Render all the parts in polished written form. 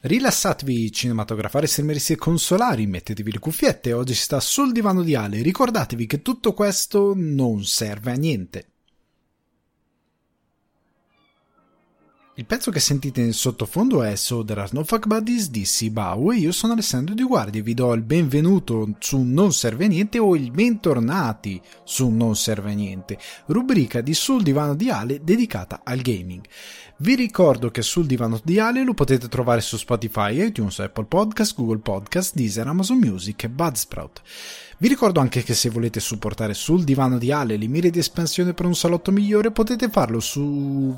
Rilassatevi cinematografari, streameristi e consolari, mettetevi le cuffiette, oggi si sta sul divano di Ale, ricordatevi che tutto questo non serve a niente. Il pezzo che sentite in sottofondo è So There Are No Fuck Buddies di Sibau e io sono Alessandro Di Guardia e vi do il benvenuto su Non Serve a Niente o il bentornati su Non Serve a Niente, rubrica di Sul Divano di Ale dedicata al gaming. Vi ricordo che Sul Divano di Ale lo potete trovare su Spotify, iTunes, Apple Podcast, Google Podcast, Deezer, Amazon Music e Buzzsprout. Vi ricordo anche che se volete supportare Sul Divano di Ale le mire di espansione per un salotto migliore potete farlo su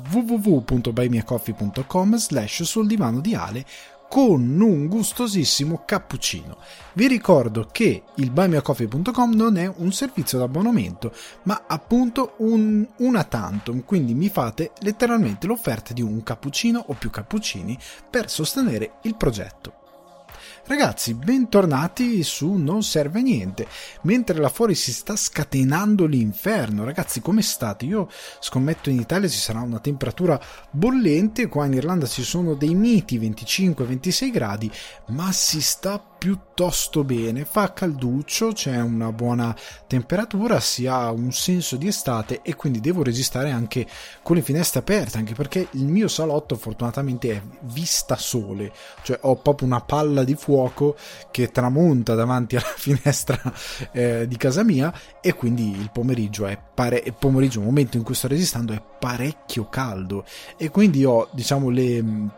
www.buymeacoffee.com/Sul Divano di Ale con un gustosissimo cappuccino. Vi ricordo che il buymeacoffee.com non è un servizio d'abbonamento, ma appunto una tantum, quindi mi fate letteralmente l'offerta di un cappuccino o più cappuccini per sostenere il progetto. Ragazzi, bentornati su Non Serve a Niente. Mentre là fuori si sta scatenando l'inferno, ragazzi, come state? Io scommetto in Italia ci sarà una temperatura bollente, qua in Irlanda ci sono dei miti 25-26 gradi, ma si sta piuttosto bene, fa calduccio, c'è una buona temperatura, si ha un senso di estate e quindi devo registrare anche con le finestre aperte, anche perché il mio salotto fortunatamente è vista sole, cioè ho proprio una palla di fuoco che tramonta davanti alla finestra di casa mia e quindi il pomeriggio il pomeriggio, il momento in cui sto registrando, è parecchio caldo e quindi ho, diciamo, le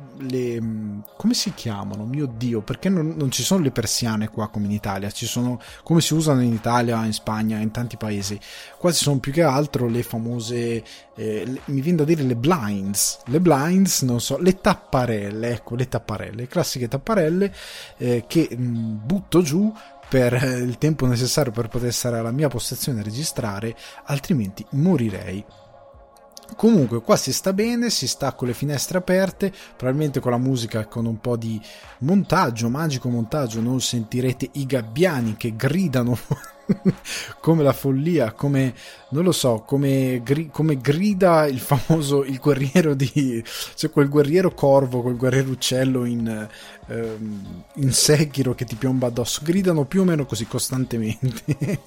come si chiamano? Mio Dio, perché non ci sono le persiane qua come in Italia, ci sono come si usano in Italia, in Spagna, in tanti paesi. Qua ci sono più che altro le famose mi viene da dire le blinds, non so, le tapparelle, ecco, le classiche tapparelle che butto giù per il tempo necessario per poter stare alla mia postazione a registrare, altrimenti morirei. Comunque qua si sta bene, si sta con le finestre aperte, probabilmente con la musica e con un po' di montaggio, magico montaggio, non sentirete i gabbiani che gridano come la follia, come non lo so, come grida il famoso, il guerriero cioè quel guerriero corvo, quel guerriero uccello in Sekiro che ti piomba addosso, gridano più o meno così costantemente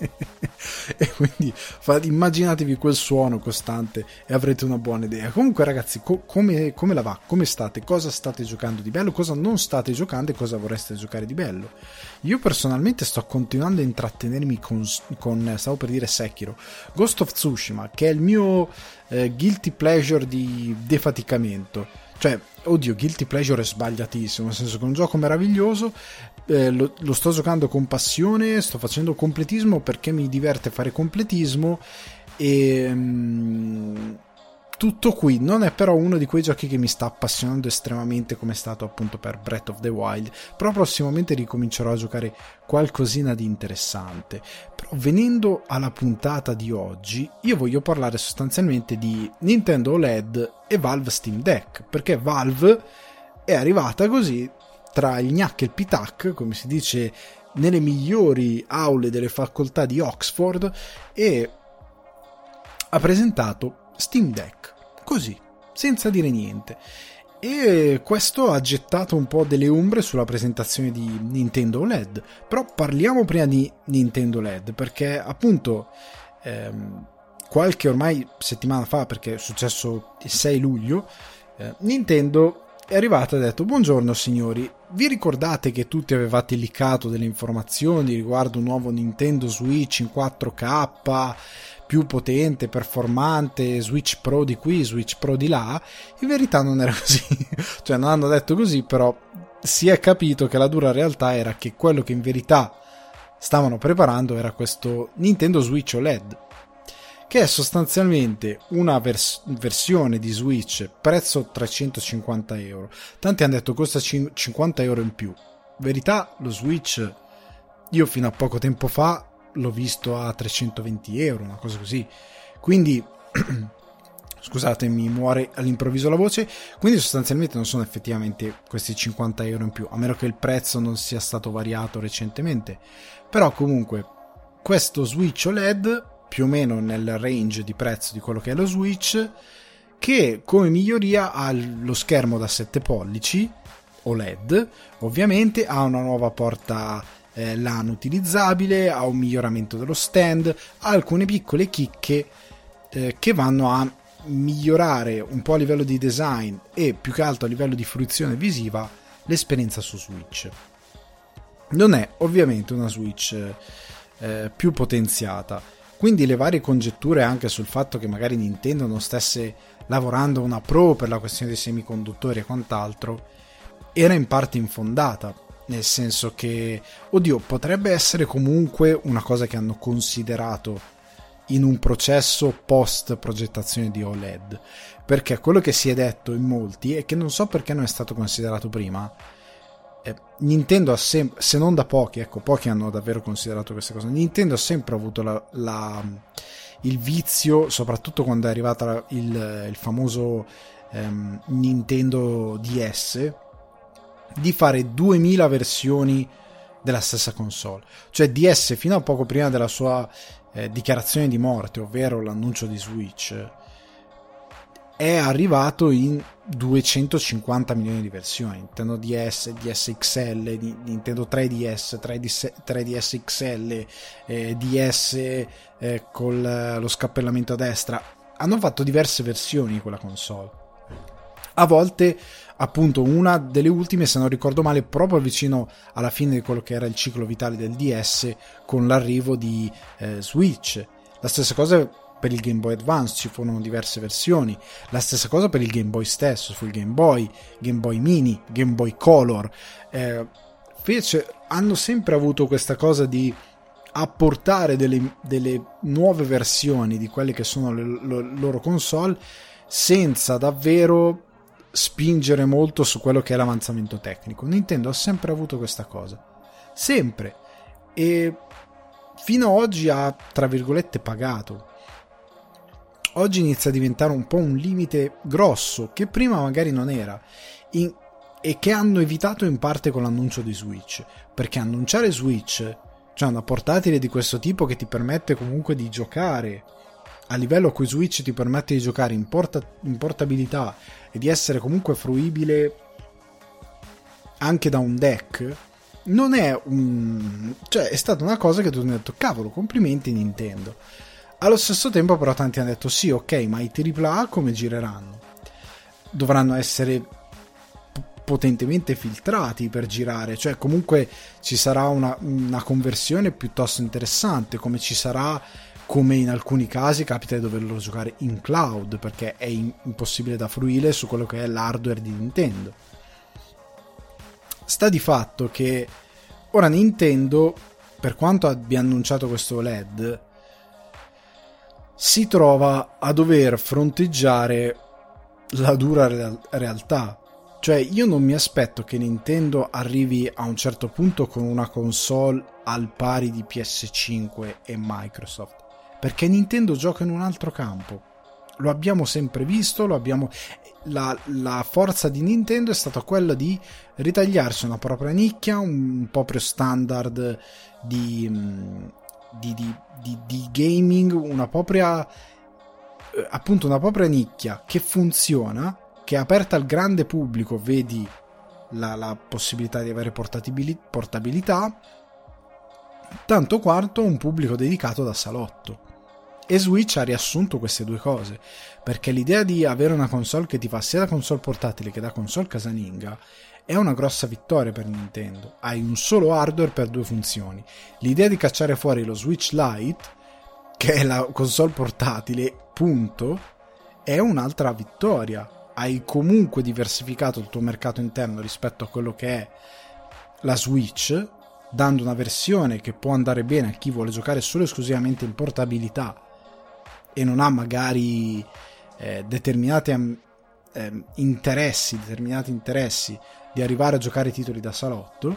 e quindi immaginatevi quel suono costante e avrete una buona idea. Comunque ragazzi, come la va? Come state? Cosa state giocando di bello? Cosa non state giocando e cosa vorreste giocare di bello? Io personalmente sto continuando a intrattenermi con stavo per dire Sekiro, Ghost of Tsushima, che è il mio guilty pleasure di defaticamento. Cioè, oddio, guilty pleasure è sbagliatissimo, nel senso che è un gioco meraviglioso, lo sto giocando con passione, sto facendo completismo perché mi diverte fare completismo e tutto qui. Non è però uno di quei giochi che mi sta appassionando estremamente come è stato appunto per Breath of the Wild, però prossimamente ricomincerò a giocare qualcosina di interessante. Però venendo alla puntata di oggi, io voglio parlare sostanzialmente di Nintendo OLED e Valve Steam Deck, perché Valve è arrivata così tra il gnac e il pitac, come si dice nelle migliori aule delle facoltà di Oxford, e ha presentato Steam Deck, così, senza dire niente. E questo ha gettato un po' delle ombre sulla presentazione di Nintendo OLED. Però parliamo prima di Nintendo OLED, perché appunto qualche ormai settimana fa, perché è successo il 6 luglio, Nintendo è arrivata e ha detto: buongiorno signori, vi ricordate che tutti avevate leakato delle informazioni riguardo un nuovo Nintendo Switch in 4K più potente, performante, Switch Pro di qui, Switch Pro di là? In verità non era così, cioè non hanno detto così, però si è capito che la dura realtà era che quello che in verità stavano preparando era questo Nintendo Switch OLED, che è sostanzialmente una versione di Switch prezzo 350 euro. Tanti hanno detto costa 50 euro in più. Verità, lo Switch io fino a poco tempo fa l'ho visto a 320 euro, una cosa così, quindi scusate, mi muore all'improvviso la voce. Quindi sostanzialmente non sono effettivamente questi 50 euro in più, a meno che il prezzo non sia stato variato recentemente. Però comunque questo Switch OLED più o meno nel range di prezzo di quello che è lo Switch, che come miglioria ha lo schermo da 7 pollici OLED, ovviamente, ha una nuova porta LAN utilizzabile, ha un miglioramento dello stand, ha alcune piccole chicche che vanno a migliorare un po' a livello di design e più che altro a livello di fruizione visiva l'esperienza su Switch. Non è ovviamente una Switch più potenziata, quindi le varie congetture anche sul fatto che magari Nintendo non stesse lavorando a una Pro per la questione dei semiconduttori e quant'altro era in parte infondata, nel senso che, oddio, potrebbe essere comunque una cosa che hanno considerato in un processo post progettazione di OLED, perché quello che si è detto in molti è che non so perché non è stato considerato prima. Nintendo ha sempre, se non da pochi, ecco, pochi hanno davvero considerato queste cose. Nintendo ha sempre avuto il vizio, soprattutto quando è arrivata il famoso Nintendo DS, di fare 2000 versioni della stessa console. Cioè DS fino a poco prima della sua dichiarazione di morte, ovvero l'annuncio di Switch, è arrivato in 250 milioni di versioni. Nintendo DS, DS XL, Nintendo 3DS, 3DS XL, DS con lo scappellamento a destra. Hanno fatto diverse versioni di quella console. A volte, appunto, una delle ultime, se non ricordo male, proprio vicino alla fine di quello che era il ciclo vitale del DS, con l'arrivo di Switch. La stessa cosa per il Game Boy Advance, ci furono diverse versioni. La stessa cosa per il Game Boy stesso, sul Game Boy Mini, Game Boy Color. Hanno sempre avuto questa cosa di apportare delle nuove versioni di quelle che sono le loro console, senza davvero spingere molto su quello che è l'avanzamento tecnico. Nintendo ha sempre avuto questa cosa, sempre, e fino ad oggi ha, tra virgolette, pagato. Oggi inizia a diventare un po' un limite grosso che prima magari non era, e che hanno evitato in parte con l'annuncio di Switch, perché annunciare Switch, cioè una portatile di questo tipo che ti permette comunque di giocare a livello a cui Switch ti permette di giocare in portabilità e di essere comunque fruibile anche da un deck, non è cioè è stata una cosa che tu mi hai detto cavolo, complimenti Nintendo. Allo stesso tempo però tanti hanno detto sì, ok, ma i AAA come gireranno? Dovranno essere potentemente filtrati per girare, cioè comunque ci sarà una conversione piuttosto interessante, come ci sarà, come in alcuni casi capita di doverlo giocare in cloud perché è impossibile da fruire su quello che è l'hardware di Nintendo. Sta di fatto che ora Nintendo, per quanto abbia annunciato questo OLED, si trova a dover fronteggiare la dura realtà. Cioè io non mi aspetto che Nintendo arrivi a un certo punto con una console al pari di PS5 e Microsoft, perché Nintendo gioca in un altro campo. Lo abbiamo sempre visto, la forza di Nintendo è stata quella di ritagliarsi una propria nicchia, un proprio standard di gaming, una propria nicchia che funziona, che è aperta al grande pubblico, vedi la possibilità di avere portabilità, tanto quanto un pubblico dedicato da salotto. E Switch ha riassunto queste due cose, perché l'idea di avere una console che ti fa sia da console portatile che da console casalinga è una grossa vittoria per Nintendo. Hai un solo hardware per due funzioni. L'idea di cacciare fuori lo Switch Lite, che è la console portatile, punto, è un'altra vittoria. Hai comunque diversificato il tuo mercato interno rispetto a quello che è la Switch, dando una versione che può andare bene a chi vuole giocare solo e esclusivamente in portabilità e non ha magari determinati interessi di arrivare a giocare titoli da salotto,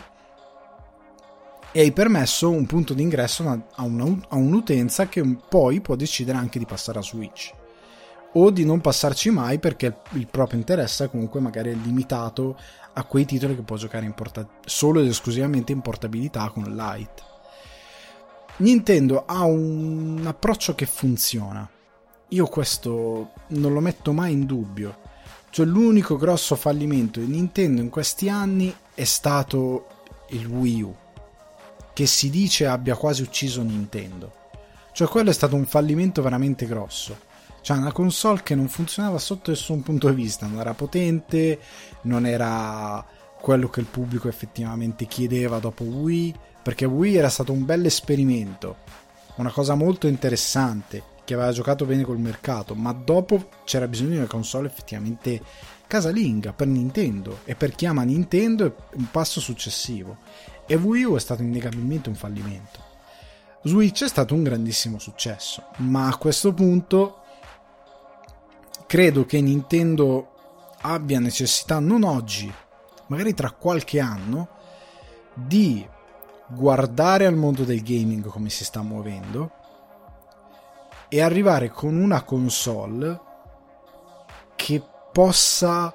e hai permesso un punto di ingresso a un'utenza che poi può decidere anche di passare a Switch o di non passarci mai perché il proprio interesse comunque magari è limitato a quei titoli che può giocare solo ed esclusivamente in portabilità con Lite. Nintendo ha un approccio che funziona, io questo non lo metto mai in dubbio, Cioè l'unico grosso fallimento di Nintendo in questi anni è stato il Wii U, che si dice abbia quasi ucciso Nintendo. Cioè quello è stato un fallimento veramente grosso. Cioè una console che non funzionava sotto nessun punto di vista, non era potente, non era quello che il pubblico effettivamente chiedeva dopo Wii, perché Wii era stato un bel esperimento, una cosa molto interessante, che aveva giocato bene col mercato, ma dopo c'era bisogno di una console effettivamente casalinga per Nintendo, e per chi ama Nintendo è un passo successivo, e Wii U è stato innegabilmente un fallimento. Switch è stato un grandissimo successo, ma a questo punto credo che Nintendo abbia necessità, non oggi, magari tra qualche anno, di guardare al mondo del gaming come si sta muovendo e arrivare con una console che possa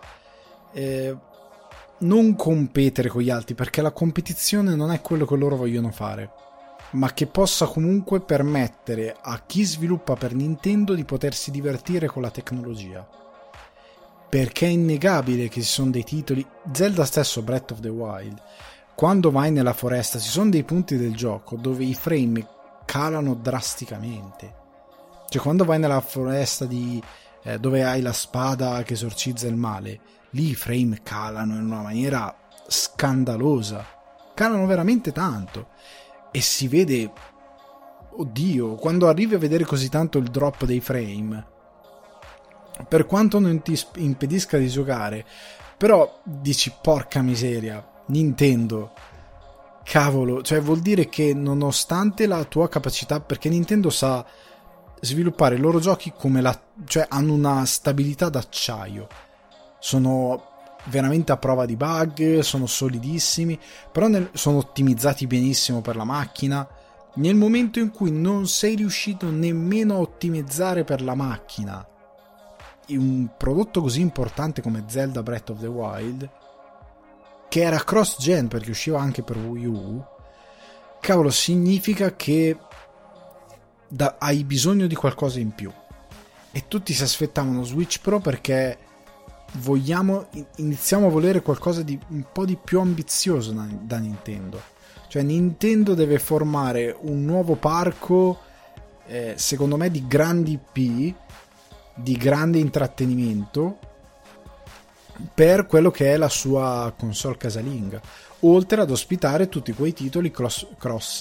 non competere con gli altri, perché la competizione non è quello che loro vogliono fare, ma che possa comunque permettere a chi sviluppa per Nintendo di potersi divertire con la tecnologia, perché è innegabile che ci sono dei titoli, Zelda stesso, Breath of the Wild, quando vai nella foresta ci sono dei punti del gioco dove i frame calano drasticamente. Cioè quando vai nella foresta dove hai la spada che esorcizza il male, lì i frame calano in una maniera scandalosa, calano veramente tanto, e si vede, oddio, quando arrivi a vedere così tanto il drop dei frame, per quanto non ti impedisca di giocare, però dici porca miseria, Nintendo, cavolo, cioè vuol dire che nonostante la tua capacità, perché Nintendo sa sviluppare i loro giochi cioè hanno una stabilità d'acciaio, sono veramente a prova di bug, sono solidissimi, però sono ottimizzati benissimo per la macchina. Nel momento in cui non sei riuscito nemmeno a ottimizzare per la macchina un prodotto così importante come Zelda Breath of the Wild, che era cross gen perché usciva anche per Wii U, cavolo, significa che hai bisogno di qualcosa in più, e tutti si aspettavano Switch Pro perché iniziamo a volere qualcosa di un po' di più ambizioso da Nintendo. Cioè Nintendo deve formare un nuovo parco, secondo me, di grandi IP, di grande intrattenimento per quello che è la sua console casalinga, oltre ad ospitare tutti quei titoli cross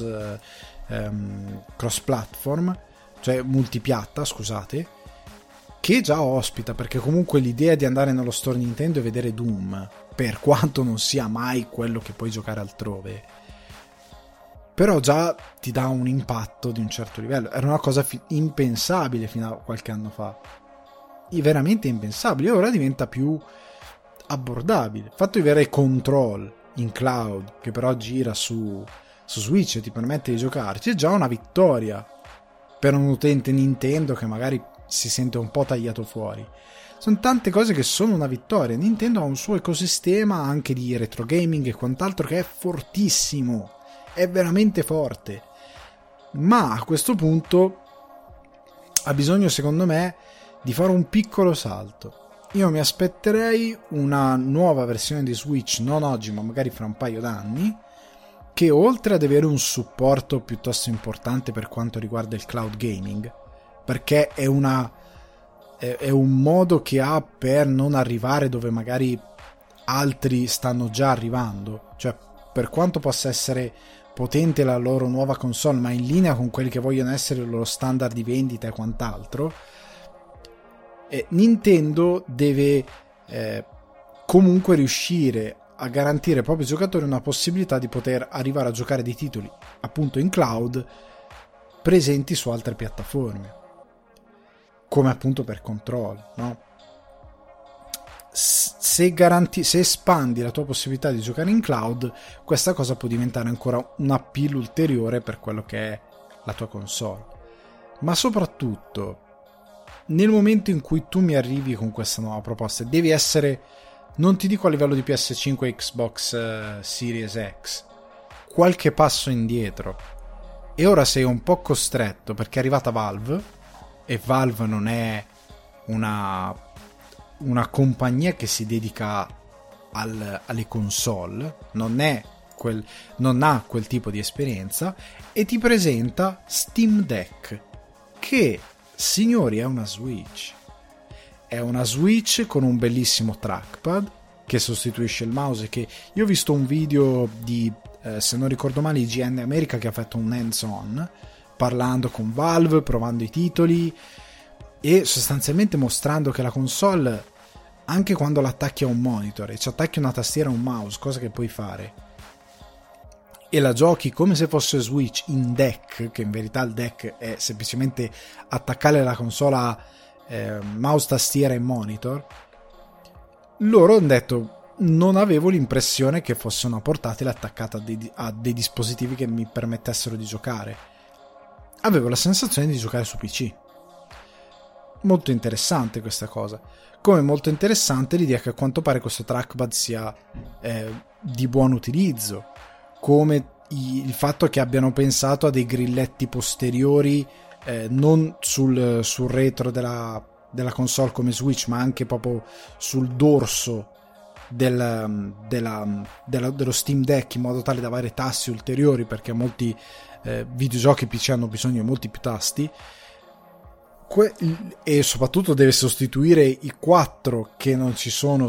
platform, cioè multipiatta, scusate, che già ospita, perché comunque l'idea di andare nello store Nintendo e vedere Doom, per quanto non sia mai quello che puoi giocare altrove, però già ti dà un impatto di un certo livello. Era una cosa impensabile fino a qualche anno fa, veramente impensabile, e ora diventa più abbordabile. Il fatto di avere Control in cloud, che però gira su Switch e ti permette di giocarci, è già una vittoria per un utente Nintendo che magari si sente un po' tagliato fuori. Sono tante cose che sono una vittoria. Nintendo ha un suo ecosistema anche di retro gaming e quant'altro che è fortissimo, è veramente forte, ma a questo punto ha bisogno, secondo me, di fare un piccolo salto. Io mi aspetterei una nuova versione di Switch, non oggi ma magari fra un paio d'anni, che oltre ad avere un supporto piuttosto importante per quanto riguarda il cloud gaming, perché è un modo che ha per non arrivare dove magari altri stanno già arrivando, cioè per quanto possa essere potente la loro nuova console, ma in linea con quelli che vogliono essere il loro standard di vendita e quant'altro, Nintendo deve comunque riuscire a garantire ai propri giocatori una possibilità di poter arrivare a giocare dei titoli appunto in cloud presenti su altre piattaforme, come appunto per Control, no? Se espandi la tua possibilità di giocare in cloud, questa cosa può diventare ancora un appeal ulteriore per quello che è la tua console. Ma soprattutto nel momento in cui tu mi arrivi con questa nuova proposta, devi essere, non ti dico a livello di PS5 e Xbox Series X, qualche passo indietro, e ora sei un po' costretto perché è arrivata Valve, e Valve non è un una compagnia che si dedica alle console, non ha quel tipo di esperienza, e ti presenta Steam Deck, che, signori, è una Switch. È una Switch con un bellissimo trackpad che sostituisce il mouse, che io ho visto un video di, se non ricordo male, IGN America, che ha fatto un hands-on parlando con Valve, provando i titoli e sostanzialmente mostrando che la console, anche quando l'attacchi a un monitor e ci attacchi una tastiera e un mouse, cosa che puoi fare, e la giochi come se fosse Switch in deck, che in verità il deck è semplicemente attaccare la console a mouse, tastiera e monitor, loro hanno detto: non avevo l'impressione che fosse una portatile attaccata a dei dispositivi che mi permettessero di giocare, avevo la sensazione di giocare su PC. Molto interessante questa cosa, come molto interessante l'idea che a quanto pare questo trackpad sia di buon utilizzo, come il fatto che abbiano pensato a dei grilletti posteriori, non sul retro della console come Switch, ma anche proprio sul dorso dello Steam Deck, in modo tale da avere tasti ulteriori, perché molti videogiochi PC hanno bisogno di molti più tasti, e soprattutto deve sostituire i 4 che non ci sono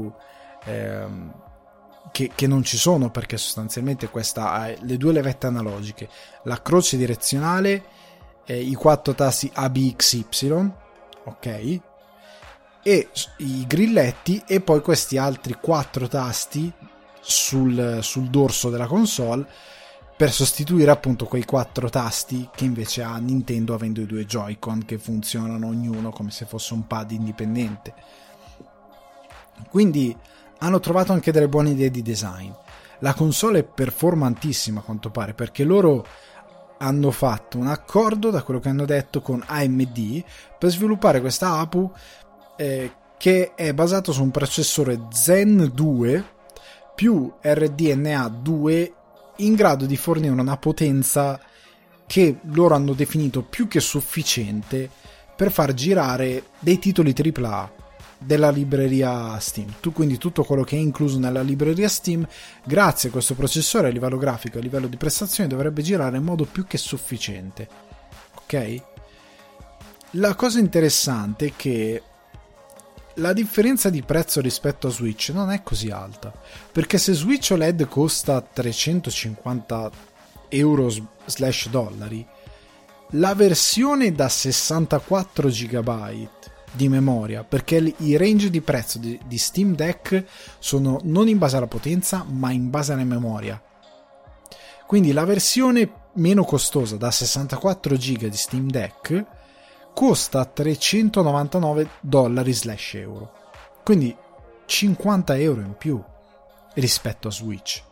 che non ci sono, perché sostanzialmente questa ha le 2 levette analogiche, la croce direzionale, i 4 tasti ABXY, ok, e i grilletti, e poi questi altri 4 tasti sul dorso della console, per sostituire appunto quei 4 tasti che invece ha Nintendo, avendo i 2 Joy-Con che funzionano ognuno come se fosse un pad indipendente. Quindi hanno trovato anche delle buone idee di design. La console è performantissima a quanto pare, perché loro hanno fatto un accordo, da quello che hanno detto, con AMD per sviluppare questa APU che è basato su un processore Zen 2 più RDNA 2, in grado di fornire una potenza che loro hanno definito più che sufficiente per far girare dei titoli AAA della libreria Steam. Quindi tutto quello che è incluso nella libreria Steam, grazie a questo processore, a livello grafico e a livello di prestazioni, dovrebbe girare in modo più che sufficiente. Ok? La cosa interessante è che la differenza di prezzo rispetto a Switch non è così alta, perché se Switch OLED costa 350 euro/dollari, la versione da 64 GB di memoria, perché i range di prezzo di Steam Deck sono non in base alla potenza ma in base alla memoria, quindi la versione meno costosa da 64 GB di Steam Deck costa 399 $/euro, quindi 50 euro in più rispetto a Switch.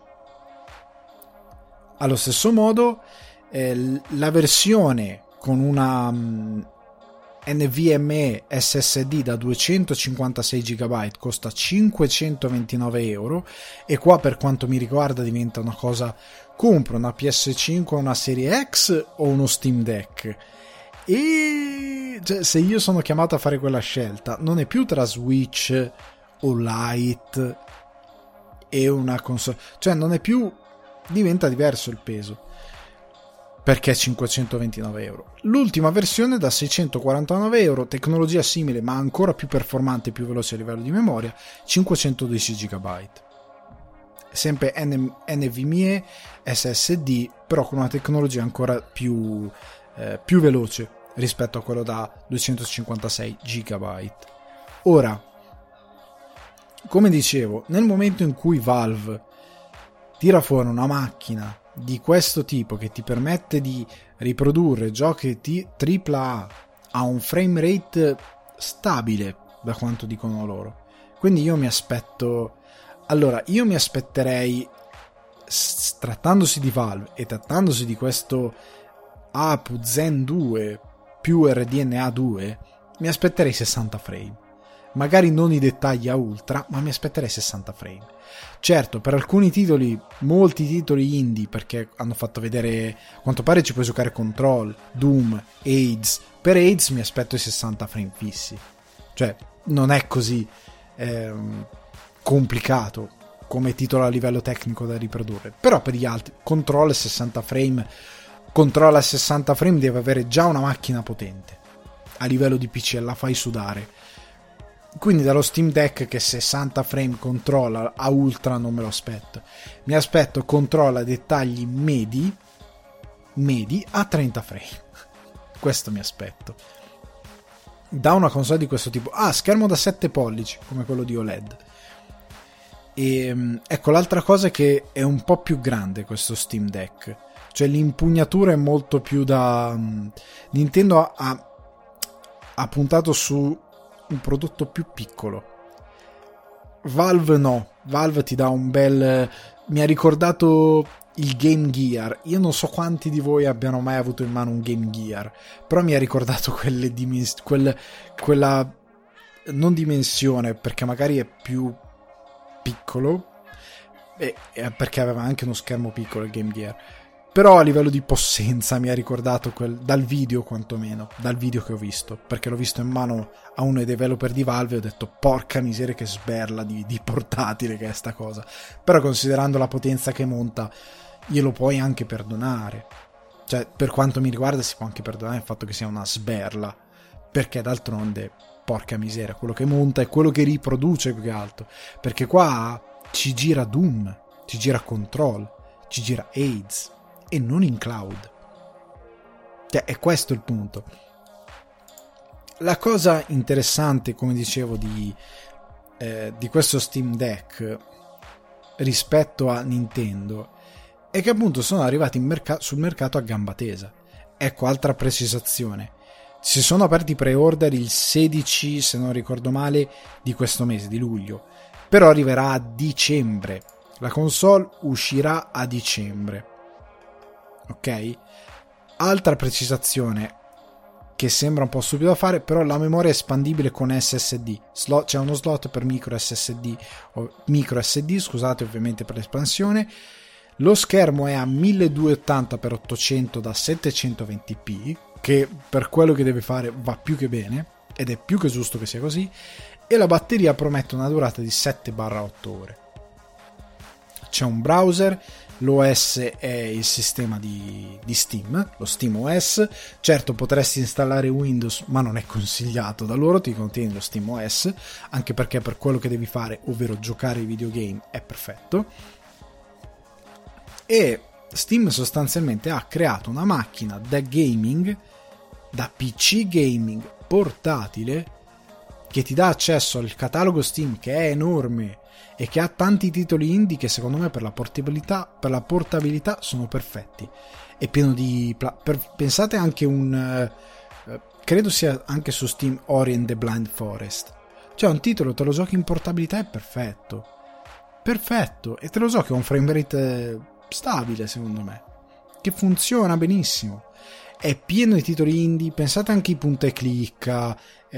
Allo stesso modo la versione con una NVMe SSD da 256 GB costa 529 euro, e qua, per quanto mi riguarda, diventa una cosa: compro una PS5 o una Serie X o uno Steam Deck? E cioè, se io sono chiamato a fare quella scelta, non è più tra Switch o Lite e una console, cioè non è più, diventa diverso il peso, perché 529 euro. L'ultima versione da 649 euro, tecnologia simile ma ancora più performante e più veloce a livello di memoria, 512 GB, sempre NVMe SSD, però con una tecnologia ancora più veloce rispetto a quello da 256 GB. Ora, come dicevo, nel momento in cui Valve tira fuori una macchina di questo tipo che ti permette di riprodurre giochi AAA a un frame rate stabile, da quanto dicono loro, quindi io mi aspetterei, trattandosi di Valve e trattandosi di questo APU Zen 2 più RDNA 2, mi aspetterei 60 frame, magari non i dettagli a ultra, ma mi aspetterei 60 frame. Certo, per alcuni titoli, molti titoli indie, perché hanno fatto vedere, a quanto pare ci puoi giocare Control, Doom, AIDS. Per AIDS mi aspetto i 60 frame fissi, cioè non è così complicato come titolo a livello tecnico da riprodurre, però per gli altri Control a 60 frame deve avere già una macchina potente a livello di PC e la fai sudare, quindi dallo Steam Deck che 60 frame Control a ultra non me lo aspetto, mi aspetto Control a dettagli medi a 30 frame questo mi aspetto da una console di questo tipo. Schermo da 7 pollici come quello di OLED. E ecco, l'altra cosa è che è un po' più grande questo Steam Deck, cioè l'impugnatura è molto più da Nintendo ha puntato su un prodotto più piccolo. Valve ti dà un bel, mi ha ricordato il Game Gear. Io non so quanti di voi abbiano mai avuto in mano un Game Gear, però mi ha ricordato quella non dimensione, perché magari è più piccolo, perché aveva anche uno schermo piccolo il Game Gear, però a livello di possenza mi ha ricordato dal video, quantomeno dal video che ho visto, perché l'ho visto in mano a uno dei developer di Valve e ho detto porca miseria che sberla di portatile che è sta cosa, però considerando la potenza che monta glielo puoi anche perdonare, cioè per quanto mi riguarda si può anche perdonare il fatto che sia una sberla, perché d'altronde porca miseria, quello che monta è quello che riproduce più che altro, perché qua ci gira Doom, ci gira Control, ci gira AIDS e non in cloud, cioè è questo il punto. La cosa interessante, come dicevo, di questo Steam Deck rispetto a Nintendo è che appunto sono arrivati sul mercato a gamba tesa. Ecco, altra precisazione: si sono aperti pre-order il 16, se non ricordo male, di questo mese, di luglio, però arriverà a dicembre, la console uscirà a dicembre, ok? Altra precisazione che sembra un po' stupido da fare, però la memoria è espandibile con SSD, c'è uno slot per micro SD, scusate, ovviamente per l'espansione. Lo schermo è a 1280x800 da 720p, che per quello che deve fare va più che bene, ed è più che giusto che sia così, e la batteria promette una durata di 7-8 ore. C'è un browser, l'OS è il sistema di Steam, lo SteamOS. Certo, potresti installare Windows, ma non è consigliato da loro, ti contiene lo SteamOS, anche perché per quello che devi fare, ovvero giocare ai videogame, è perfetto. E Steam sostanzialmente ha creato una macchina da gaming, da PC gaming portatile, che ti dà accesso al catalogo Steam, che è enorme e che ha tanti titoli indie che secondo me per la portabilità sono perfetti. È pieno di pensate anche credo sia anche su Steam, Ori and the Blind Forest, cioè un titolo te lo giochi in portabilità, è perfetto, e te lo giochi a un frame rate stabile, secondo me, che funziona benissimo. È pieno di titoli indie, pensate anche ai punta e clicca,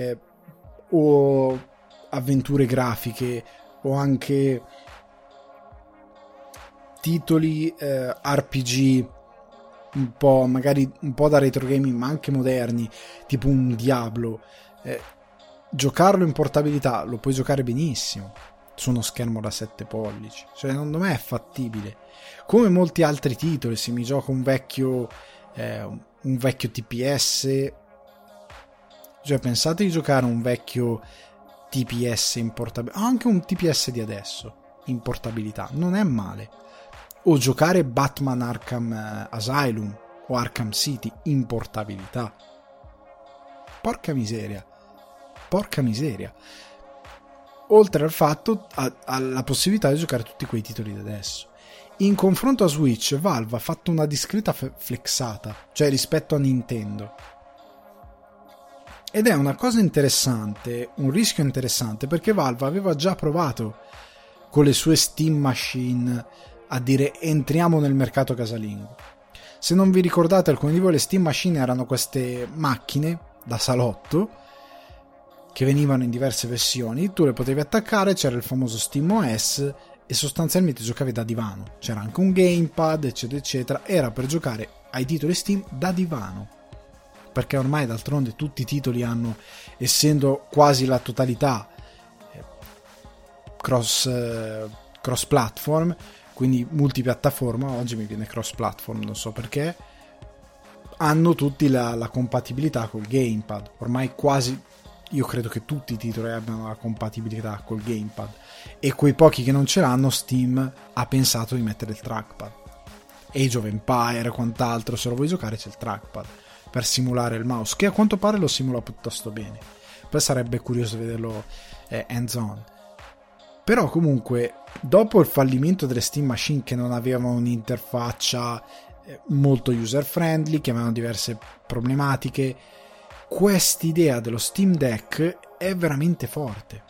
o avventure grafiche, o anche titoli RPG un po', magari un po' da retro gaming, ma anche moderni, tipo un Diablo. Giocarlo in portabilità lo puoi giocare benissimo su uno schermo da 7 pollici, cioè secondo me è fattibile, come molti altri titoli. Se mi gioco un vecchio TPS, cioè pensate di giocare un vecchio TPS in portabilità, anche un TPS di adesso in portabilità non è male, o giocare Batman Arkham Asylum o Arkham City in portabilità, porca miseria, oltre al fatto alla possibilità di giocare tutti quei titoli di adesso. In confronto a Switch, Valve ha fatto una discreta flexata, cioè rispetto a Nintendo, ed è una cosa interessante, un rischio interessante, perché Valve aveva già provato con le sue Steam Machine a dire entriamo nel mercato casalingo. Se non vi ricordate, alcuni di voi, le Steam Machine erano queste macchine da salotto che venivano in diverse versioni, tu le potevi attaccare, c'era il famoso SteamOS e sostanzialmente giocavi da divano, c'era anche un gamepad eccetera eccetera, era per giocare ai titoli Steam da divano, perché ormai d'altronde tutti i titoli hanno essendo quasi la totalità cross platform, quindi multipiattaforma. Oggi mi viene cross platform, non so perché. Hanno tutti la compatibilità col gamepad. Ormai quasi, io credo che tutti i titoli abbiano la compatibilità col gamepad, e quei pochi che non ce l'hanno, Steam ha pensato di mettere il trackpad. Age of Empire e quant'altro, se lo vuoi giocare c'è il trackpad per simulare il mouse, che a quanto pare lo simula piuttosto bene. Poi sarebbe curioso vederlo hands on. Però comunque, dopo il fallimento delle Steam Machine, che non avevano un'interfaccia molto user friendly, che avevano diverse problematiche, quest'idea dello Steam Deck è veramente forte.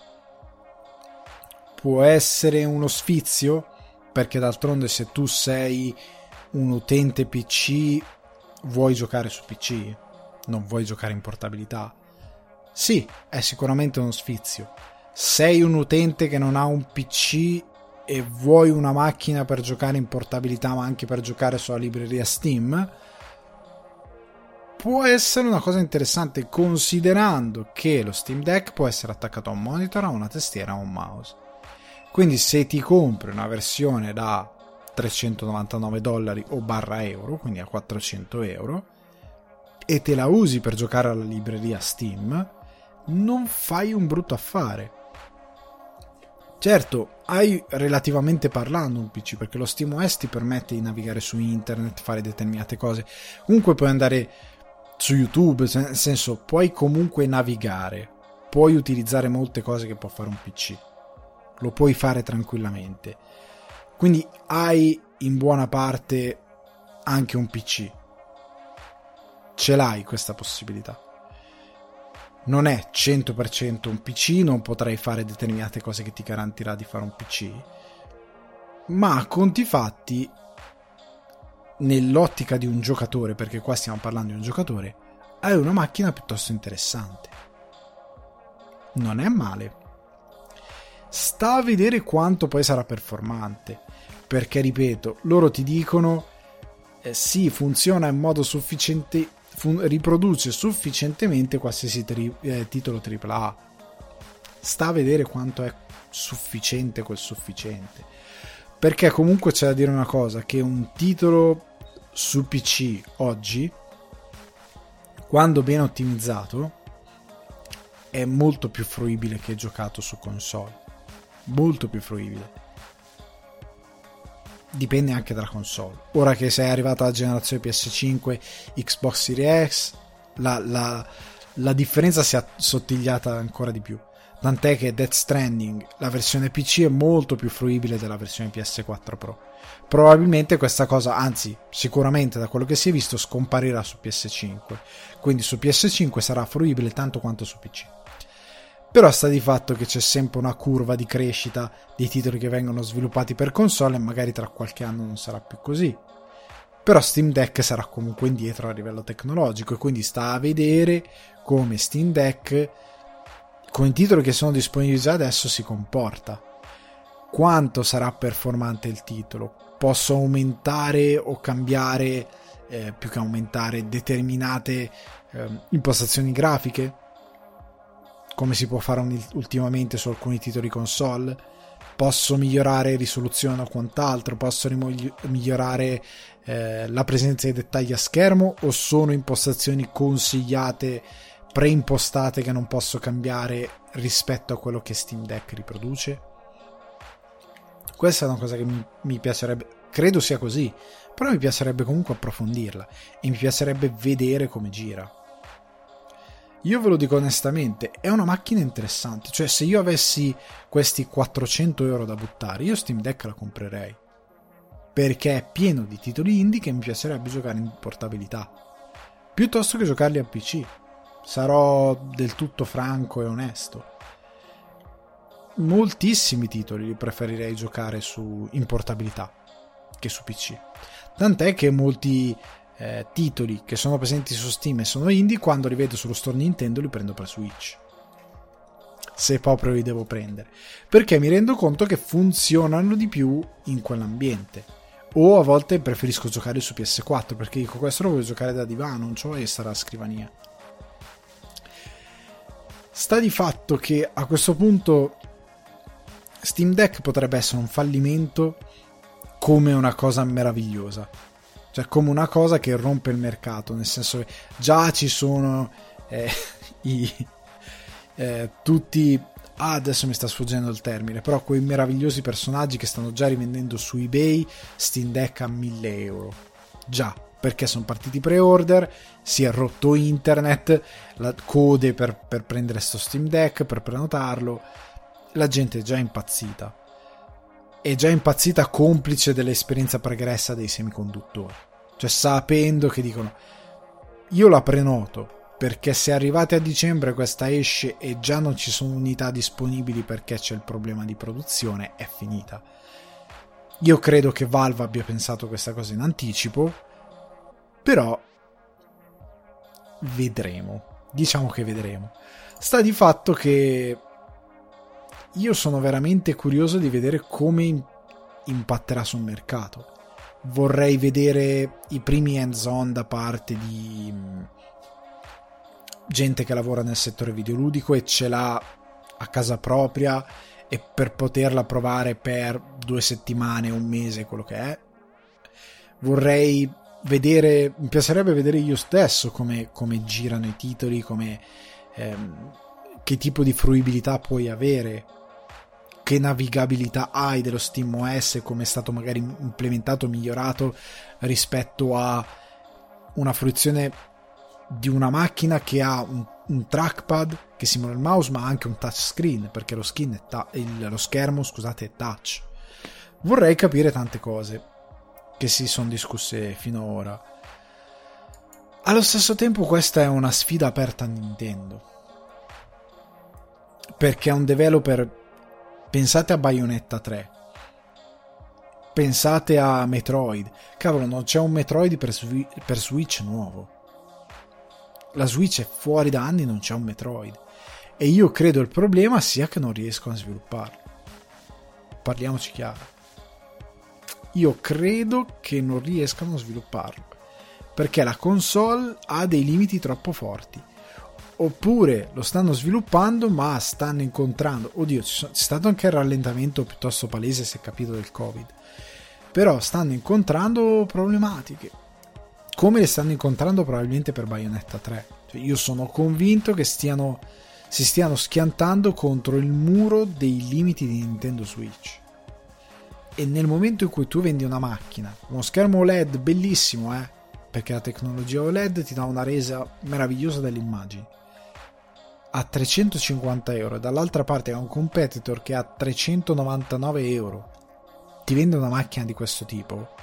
Può essere uno sfizio, perché d'altronde se tu sei un utente PC vuoi giocare su PC, non vuoi giocare in portabilità. Sì, è sicuramente uno sfizio. Sei un utente che non ha un PC e vuoi una macchina per giocare in portabilità, ma anche per giocare sulla libreria Steam, può essere una cosa interessante, considerando che lo Steam Deck può essere attaccato a un monitor, a una tastiera, a un mouse. Quindi se ti compri una versione da $399 o €, quindi a €400, e te la usi per giocare alla libreria Steam, non fai un brutto affare. Certo, hai relativamente parlando un PC, perché lo SteamOS ti permette di navigare su internet, fare determinate cose. Comunque puoi andare su YouTube, nel senso, puoi comunque navigare, puoi utilizzare molte cose che può fare un PC. Lo puoi fare tranquillamente. Quindi hai in buona parte anche un PC. Ce l'hai questa possibilità. Non è 100% un PC, non potrai fare determinate cose che ti garantirà di fare un PC, ma a conti fatti, nell'ottica di un giocatore, perché qua stiamo parlando di un giocatore, hai una macchina piuttosto interessante. Non è male. Sta a vedere quanto poi sarà performante, perché ripeto, loro ti dicono sì, funziona in modo sufficiente, riproduce sufficientemente qualsiasi titolo AAA. Sta a vedere quanto è sufficiente quel sufficiente, perché comunque c'è da dire una cosa, che un titolo su PC oggi, quando ben ottimizzato, è molto più fruibile che giocato su console, molto più fruibile. Dipende anche dalla console. Ora che sei arrivata alla generazione PS5, Xbox Series X, la differenza si è assottigliata ancora di più. Tant'è che Death Stranding, la versione PC, è molto più fruibile della versione PS4 Pro. Probabilmente questa cosa, anzi sicuramente da quello che si è visto, scomparirà su PS5. Quindi su PS5 sarà fruibile tanto quanto su PC. Però sta di fatto che c'è sempre una curva di crescita dei titoli che vengono sviluppati per console, e magari tra qualche anno non sarà più così. Però Steam Deck sarà comunque indietro a livello tecnologico, e quindi sta a vedere come Steam Deck, con i titoli che sono disponibili già adesso, si comporta. Quanto sarà performante il titolo? Posso aumentare o cambiare, più che aumentare, determinate impostazioni grafiche, come si può fare ultimamente su alcuni titoli console? Posso migliorare risoluzione o quant'altro? Posso migliorare la presenza di dettagli a schermo, o sono impostazioni consigliate, preimpostate, che non posso cambiare rispetto a quello che Steam Deck riproduce? Questa è una cosa che mi piacerebbe, credo sia così, però mi piacerebbe comunque approfondirla, e mi piacerebbe vedere come gira. Io ve lo dico onestamente, è una macchina interessante. Cioè, se io avessi questi €400 da buttare, io Steam Deck la comprerei, perché è pieno di titoli indie che mi piacerebbe giocare in portabilità, piuttosto che giocarli a PC. Sarò del tutto franco e onesto. Moltissimi titoli li preferirei giocare in portabilità che su PC. Tant'è che molti titoli che sono presenti su Steam e sono indie, quando li vedo sullo store Nintendo li prendo per Switch, se proprio li devo prendere, perché mi rendo conto che funzionano di più in quell'ambiente. O a volte preferisco giocare su PS4, perché dico, questo lo voglio giocare da divano, non c'ho e stare alla scrivania. sta di fatto che a questo punto Steam Deck potrebbe essere un fallimento come una cosa meravigliosa, cioè come una cosa che rompe il mercato, nel senso che già ci sono tutti, adesso mi sta sfuggendo il termine, però quei meravigliosi personaggi che stanno già rivendendo su eBay Steam Deck a 1.000 euro, già, perché sono partiti pre-order, si è rotto internet, la code per prendere sto Steam Deck, per prenotarlo, la gente è già impazzita, complice dell'esperienza pregressa dei semiconduttori, cioè sapendo che dicono io la prenoto perché se arrivate a dicembre questa esce e già non ci sono unità disponibili perché c'è il problema di produzione, è finita. Io credo che Valve abbia pensato questa cosa in anticipo, però vedremo, diciamo che vedremo. Sta di fatto che io sono veramente curioso di vedere come impatterà sul mercato. Vorrei vedere i primi hands-on da parte di gente che lavora nel settore videoludico e ce l'ha a casa propria, e per poterla provare per 2 settimane, un mese, quello che è. Vorrei vedere, mi piacerebbe vedere io stesso come girano i titoli, che tipo di fruibilità puoi avere, che navigabilità hai dello SteamOS, come è stato magari implementato, migliorato rispetto a una fruizione di una macchina che ha un trackpad che simula il mouse ma anche un touchscreen, perché lo schermo è touch. Vorrei capire tante cose che si sono discusse fino ad ora. Allo stesso tempo questa è una sfida aperta a Nintendo, perché è un developer. Pensate a Bayonetta 3, pensate a Metroid. Cavolo, non c'è un Metroid per Switch nuovo. La Switch è fuori da anni, non c'è un Metroid, e io credo il problema sia che non riescono a svilupparlo. Parliamoci chiaro, io credo che non riescano a svilupparlo perché la console ha dei limiti troppo forti, oppure lo stanno sviluppando ma stanno incontrando, c'è stato anche il rallentamento piuttosto palese, si è capito, del Covid, però stanno incontrando problematiche come le stanno incontrando probabilmente per Bayonetta 3. Cioè, io sono convinto che si stiano schiantando contro il muro dei limiti di Nintendo Switch, e nel momento in cui tu vendi una macchina, uno schermo OLED bellissimo, perché la tecnologia OLED ti dà una resa meravigliosa delle immagini, a 350 euro, e dall'altra parte ha un competitor che a 399 euro ti vende una macchina di questo tipo,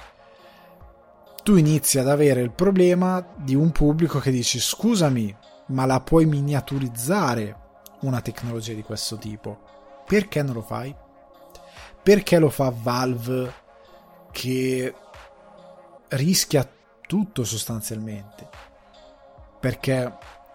tu inizi ad avere il problema di un pubblico che dice: scusami, ma la puoi miniaturizzare una tecnologia di questo tipo? Perché non lo fai? Perché lo fa Valve, che rischia tutto sostanzialmente? Perché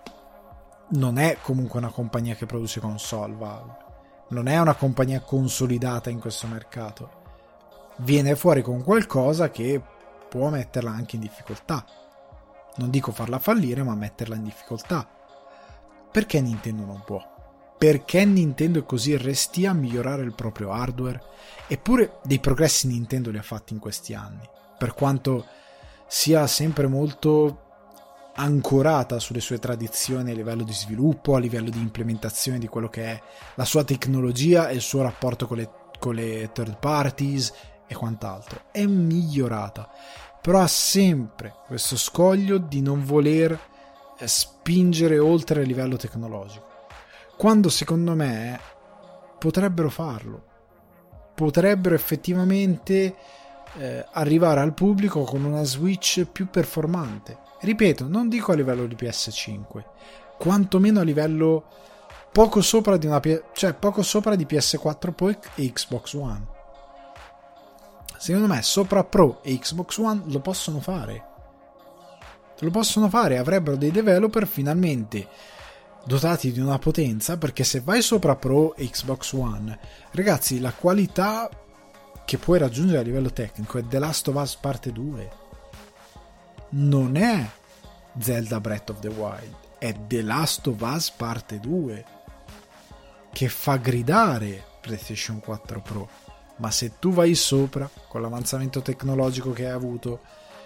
non è comunque una compagnia che produce console, Valve non è una compagnia consolidata in questo mercato, viene fuori con qualcosa che può metterla anche in difficoltà, non dico farla fallire, ma metterla in difficoltà. Perché Nintendo non può? Perché Nintendo è così restia a migliorare il proprio hardware? Eppure dei progressi Nintendo li ha fatti in questi anni, per quanto sia sempre molto ancorata sulle sue tradizioni a livello di sviluppo, a livello di implementazione di quello che è la sua tecnologia e il suo rapporto con le third parties e quant'altro. È migliorata, però ha sempre questo scoglio di non voler spingere oltre il livello tecnologico, quando secondo me potrebbero farlo, potrebbero effettivamente arrivare al pubblico con una Switch più performante. Ripeto, non dico a livello di PS5, quantomeno a livello poco sopra di poco sopra di PS4 Pro e Xbox One. Secondo me sopra Pro e Xbox One lo possono fare, avrebbero dei developer finalmente dotati di una potenza, perché se vai sopra Pro e Xbox One, ragazzi, la qualità che puoi raggiungere a livello tecnico è The Last of Us parte 2, non è Zelda Breath of the Wild, è The Last of Us parte 2. che fa gridare PlayStation 4 Pro, ma se tu vai sopra con l'avanzamento tecnologico che hai avuto,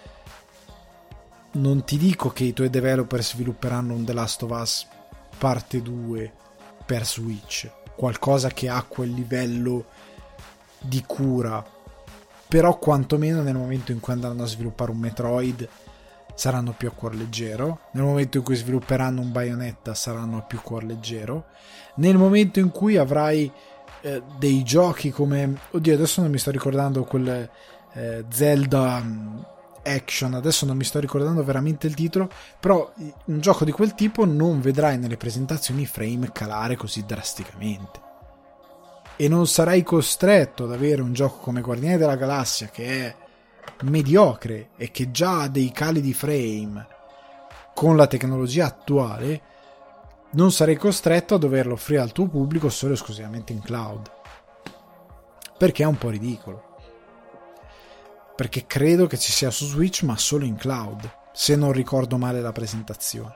non ti dico che i tuoi developer svilupperanno un The Last of Us parte 2 per Switch, qualcosa che ha quel livello di cura, però quantomeno nel momento in cui andranno a sviluppare un Metroid saranno più a cuor leggero, nel momento in cui svilupperanno un Bayonetta saranno a più cuor leggero, nel momento in cui avrai dei giochi come, oddio adesso non mi sto ricordando quel Zelda Action, adesso non mi sto ricordando veramente il titolo, però un gioco di quel tipo non vedrai nelle presentazioni i frame calare così drasticamente, e non sarai costretto ad avere un gioco come Guardiani della Galassia che è mediocre e che già ha dei cali di frame con la tecnologia attuale. Non sarai costretto a doverlo offrire al tuo pubblico solo e esclusivamente in cloud, perché è un po' ridicolo, perché credo che ci sia su Switch ma solo in cloud, se non ricordo male la presentazione.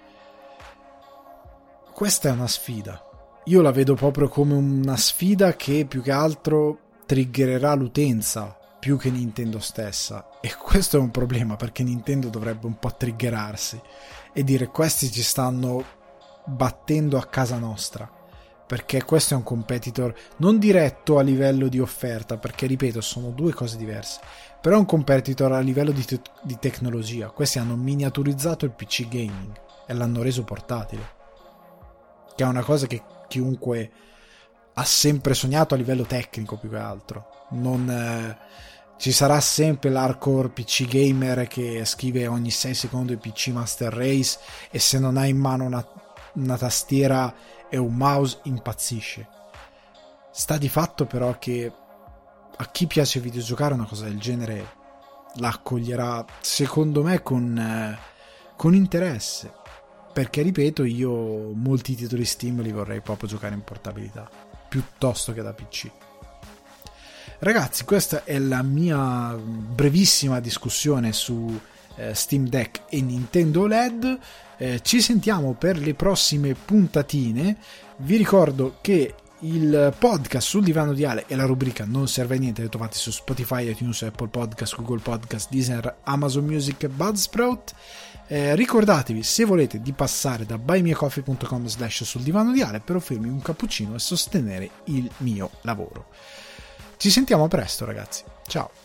Questa è una sfida, io la vedo proprio come una sfida che più che altro triggererà l'utenza più che Nintendo stessa, e questo è un problema, perché Nintendo dovrebbe un po' triggerarsi e dire: questi ci stanno battendo a casa nostra, perché questo è un competitor non diretto a livello di offerta, perché ripeto sono due cose diverse, però è un competitor a livello di tecnologia. Questi hanno miniaturizzato il PC gaming e l'hanno reso portatile, che è una cosa che chiunque ha sempre sognato a livello tecnico, più che altro. Non ci sarà sempre l'hardcore PC gamer che scrive ogni 6 secondi PC Master Race e se non ha in mano una tastiera e un mouse impazzisce. Sta di fatto però che a chi piace videgiocare una cosa del genere la accoglierà, secondo me, con interesse, perché ripeto, io molti titoli Steam li vorrei proprio giocare in portabilità piuttosto che da PC. Ragazzi, questa è la mia brevissima discussione su Steam Deck e Nintendo OLED. Ci sentiamo per le prossime puntatine. Vi ricordo che il podcast sul divano di Ale e la rubrica Non serve a niente li trovate su Spotify, iTunes, Apple Podcast, Google Podcast, Deezer, Amazon Music e Buzzsprout. Ricordatevi, se volete, di passare da buymeacoffee.com/sul divano di Ale per offrirmi un cappuccino e sostenere il mio lavoro. Ci sentiamo presto, ragazzi. Ciao.